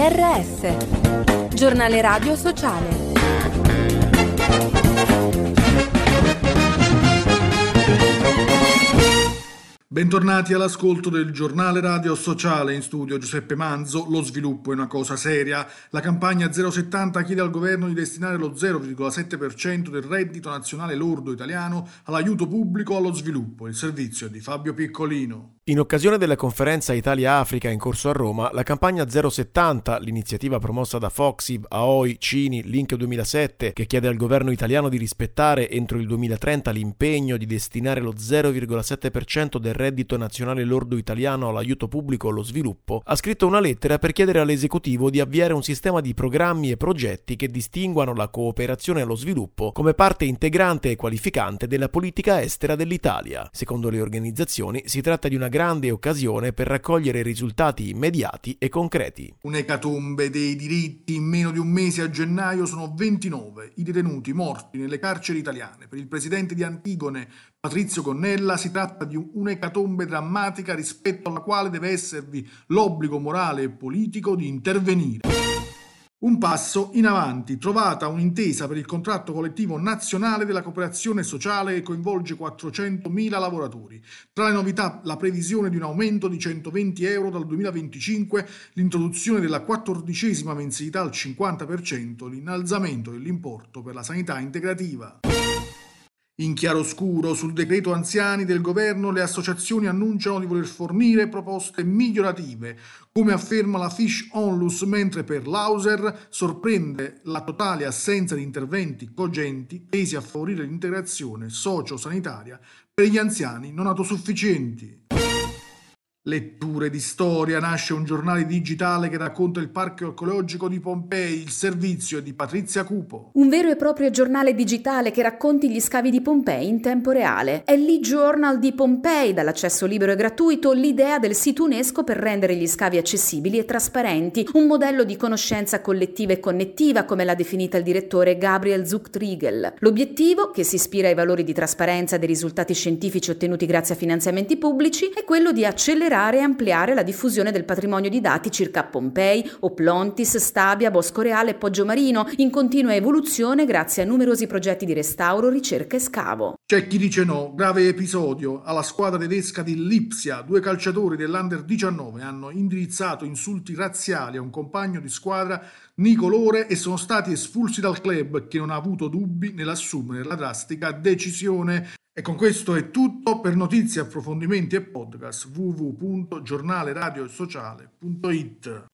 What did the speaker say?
GRS, Giornale Radio Sociale. Bentornati all'ascolto del Giornale Radio Sociale. In studio Giuseppe Manzo. Lo sviluppo è una cosa seria. La campagna 070 chiede al governo di destinare lo 0,7% del reddito nazionale lordo italiano all'aiuto pubblico allo sviluppo. Il servizio è di Fabio Piccolino. In occasione della conferenza Italia-Africa in corso a Roma, la campagna 070, l'iniziativa promossa da Foxib, AOI, Cini, Link 2007, che chiede al governo italiano di rispettare entro il 2030 l'impegno di destinare lo 0,7% del reddito nazionale lordo italiano all'aiuto pubblico allo sviluppo, ha scritto una lettera per chiedere all'esecutivo di avviare un sistema di programmi e progetti che distinguano la cooperazione allo sviluppo come parte integrante e qualificante della politica estera dell'Italia. Secondo le organizzazioni si tratta di una grande occasione per raccogliere risultati immediati e concreti. Un'ecatombe dei diritti. In meno di un mese, a gennaio, sono 29 i detenuti morti nelle carceri italiane. Per il presidente di Antigone, Patrizio Gonnella, si tratta di un'ecatombe drammatica rispetto alla quale deve esservi l'obbligo morale e politico di intervenire. Un passo in avanti, trovata un'intesa per il contratto collettivo nazionale della cooperazione sociale che coinvolge 400.000 lavoratori. Tra le novità, la previsione di un aumento di 120 euro dal 2025, l'introduzione della 14ª mensilità al 50%, l'innalzamento dell'importo per la sanità integrativa. In chiaroscuro sul decreto anziani del governo, le associazioni annunciano di voler fornire proposte migliorative, come afferma la Fish Onlus, mentre per l'Auser sorprende la totale assenza di interventi cogenti tesi a favorire l'integrazione socio-sanitaria per gli anziani non autosufficienti. Letture di storia. Nasce un giornale digitale che racconta il parco archeologico di Pompei. Il servizio è di Patrizia Cupo. Un vero e proprio giornale digitale che racconti gli scavi di Pompei in tempo reale. È l'e-journal di Pompei, dall'accesso libero e gratuito, l'idea del sito UNESCO per rendere gli scavi accessibili e trasparenti, un modello di conoscenza collettiva e connettiva, come l'ha definita il direttore Gabriel Zuchtriegel. L'obiettivo, che si ispira ai valori di trasparenza dei risultati scientifici ottenuti grazie a finanziamenti pubblici, è quello di accelerare e ampliare la diffusione del patrimonio di dati circa Pompei, Oplontis, Stabia, Bosco Reale e Poggio Marino, in continua evoluzione grazie a numerosi progetti di restauro, ricerca e scavo. C'è chi dice no. Grave episodio alla squadra tedesca di Lipsia. 2 calciatori dell'Under 19 hanno indirizzato insulti razziali a un compagno di squadra nicolore e sono stati espulsi dal club, che non ha avuto dubbi nell'assumere la drastica decisione. E con questo è tutto. Per notizie, approfondimenti e podcast www.giornaleradiosociale.it.